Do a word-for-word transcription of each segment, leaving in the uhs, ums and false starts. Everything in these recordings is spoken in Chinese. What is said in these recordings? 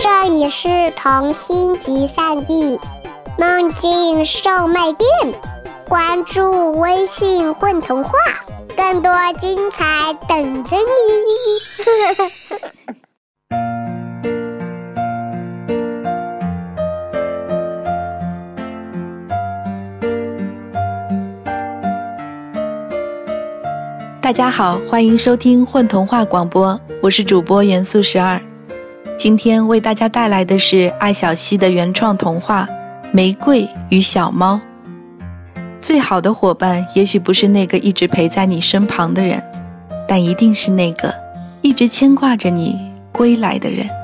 这里是童心集散地梦境售卖店，关注微信混童话，更多精彩等着你。 大家好，欢迎收听混童话广播，我是主播元素十二。今天为大家带来的是艾小溪的原创童话《玫瑰与小猫》。最好的伙伴也许不是那个一直陪在你身旁的人，但一定是那个一直牵挂着你归来的人。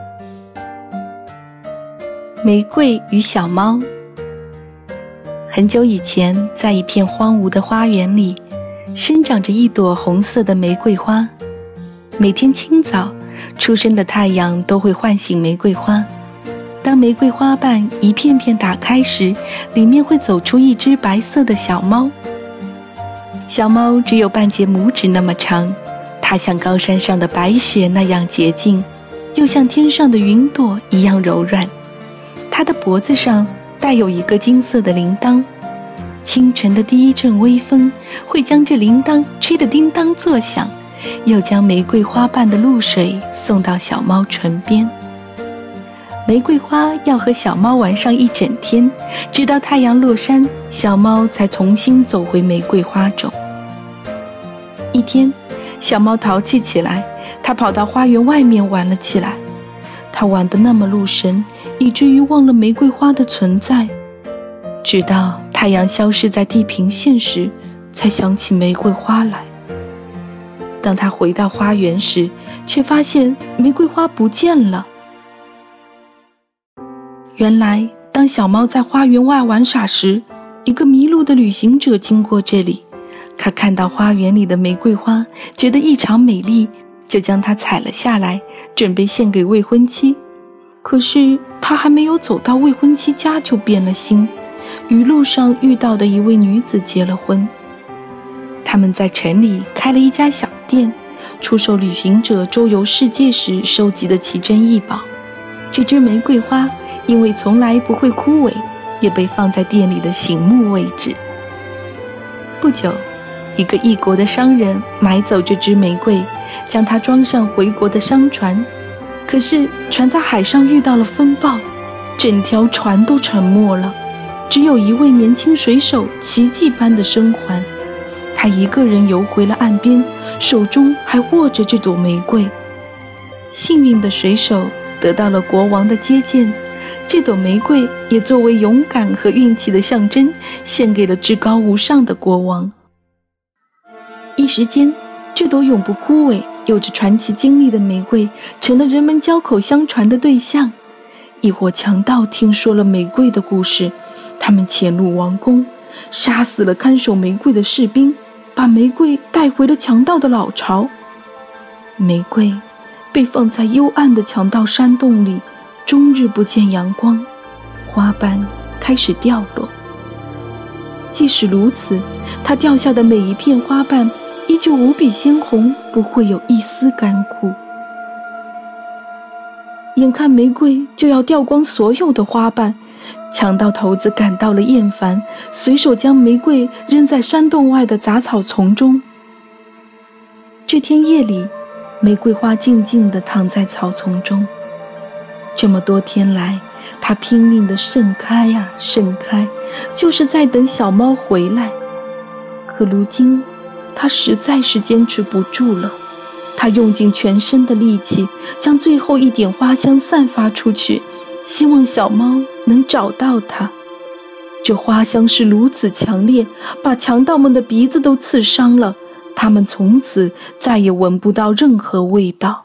玫瑰与小猫。很久以前，在一片荒芜的花园里，生长着一朵红色的玫瑰花。每天清早，初升的太阳都会唤醒玫瑰花。当玫瑰花瓣一片片打开时，里面会走出一只白色的小猫。小猫只有半截拇指那么长，它像高山上的白雪那样洁净，又像天上的云朵一样柔软。它的脖子上带有一个金色的铃铛，清晨的第一阵微风会将这铃铛吹得叮当作响，又将玫瑰花瓣的露水送到小猫唇边。玫瑰花要和小猫玩上一整天，直到太阳落山，小猫才重新走回玫瑰花种。一天，小猫淘气起来，它跑到花园外面玩了起来。它玩得那么入神，以至于忘了玫瑰花的存在。直到太阳消失在地平线时，才想起玫瑰花来。当他回到花园时，却发现玫瑰花不见了。原来，当小猫在花园外玩耍时，一个迷路的旅行者经过这里。他看到花园里的玫瑰花，觉得异常美丽，就将它采了下来，准备献给未婚妻。可是他还没有走到未婚妻家，就变了心，与路上遇到的一位女子结了婚。他们在城里开了一家小店，出售旅行者周游世界时收集的奇珍异宝。这支玫瑰花因为从来不会枯萎，也被放在店里的醒目位置。不久，一个异国的商人买走这支玫瑰，将它装上回国的商船。可是船在海上遇到了风暴，整条船都沉没了，只有一位年轻水手奇迹般的生还。他一个人游回了岸边，手中还握着这朵玫瑰。幸运的水手得到了国王的接见，这朵玫瑰也作为勇敢和运气的象征，献给了至高无上的国王。一时间，这朵永不枯萎、有着传奇经历的玫瑰成了人们交口相传的对象。一伙强盗听说了玫瑰的故事，他们潜入王宫，杀死了看守玫瑰的士兵，把玫瑰带回了强盗的老巢。玫瑰被放在幽暗的强盗山洞里，终日不见阳光，花瓣开始掉落。即使如此，它掉下的每一片花瓣依旧无比鲜红，不会有一丝干枯。眼看玫瑰就要掉光所有的花瓣，强盗头子感到了厌烦，随手将玫瑰扔在山洞外的杂草丛中。这天夜里，玫瑰花静静地躺在草丛中。这么多天来，它拼命地盛开呀盛开，就是在等小猫回来。可如今，它实在是坚持不住了。它用尽全身的力气，将最后一点花香散发出去，希望小猫能找到它。这花香是如此强烈，把强盗们的鼻子都刺伤了，他们从此再也闻不到任何味道。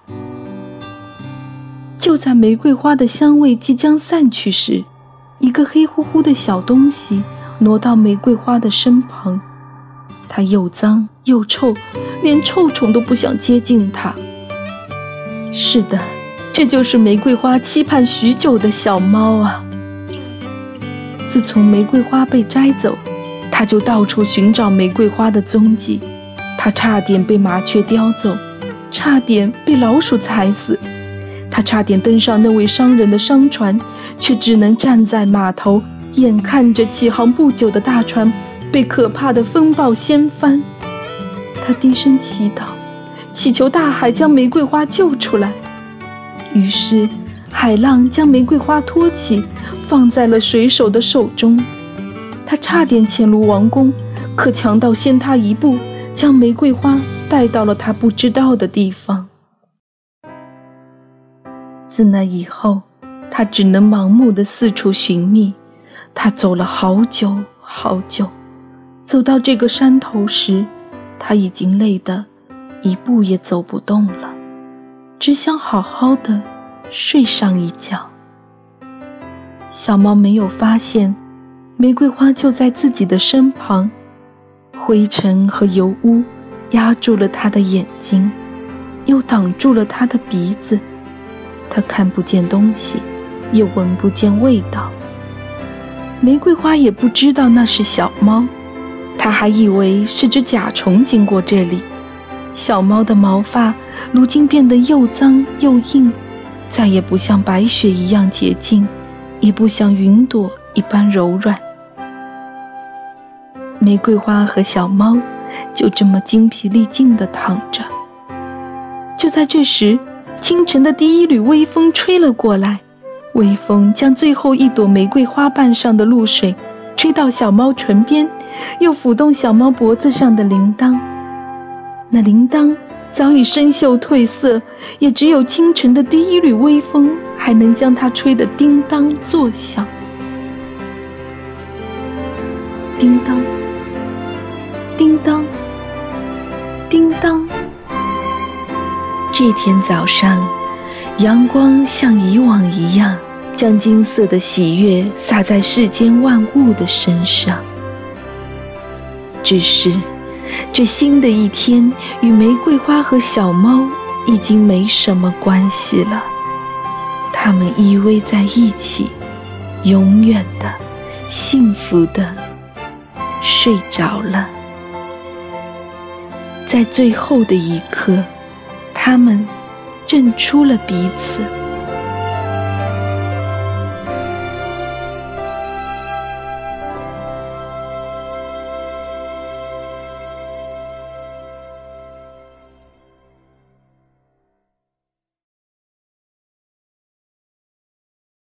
就在玫瑰花的香味即将散去时，一个黑乎乎的小东西挪到玫瑰花的身旁。它又脏又臭，连臭虫都不想接近它。是的，这就是玫瑰花期盼许久的小猫啊！自从玫瑰花被摘走，它就到处寻找玫瑰花的踪迹。它差点被麻雀叼走，差点被老鼠踩死。 他差点登上那位商人的商船，却只能站在码头，眼看着起航不久的大船被可怕的风暴掀翻。他低声祈祷，祈求大海将玫瑰花救出来。于是海浪将玫瑰花托起，放在了水手的手中。他差点潜入王宫，可强盗先他一步，将玫瑰花带到了他不知道的地方。自那以后，他只能盲目地四处寻觅。他走了好久好久，走到这个山头时，他已经累得一步也走不动了，只想好好的睡上一觉。小猫没有发现，玫瑰花就在自己的身旁，灰尘和油污压住了他的眼睛，又挡住了他的鼻子。他看不见东西，也闻不见味道。玫瑰花也不知道那是小猫，它还以为是只甲虫经过这里。小猫的毛发如今变得又脏又硬，再也不像白雪一样洁净，也不像云朵一般柔软。玫瑰花和小猫就这么精疲力尽地躺着。就在这时，清晨的第一缕微风吹了过来，微风将最后一朵玫瑰花瓣上的露水吹到小猫唇边，又抚动小猫脖子上的铃铛。那铃铛早已生锈褪色，也只有清晨的第一缕微风还能将它吹得叮当作响。叮当，叮当，叮当。这天早上，阳光像以往一样，将金色的喜悦洒在世间万物的身上。只是这新的一天与玫瑰花和小猫已经没什么关系了，它们依偎在一起，永远的幸福的睡着了。在最后的一刻，他们认出了彼此。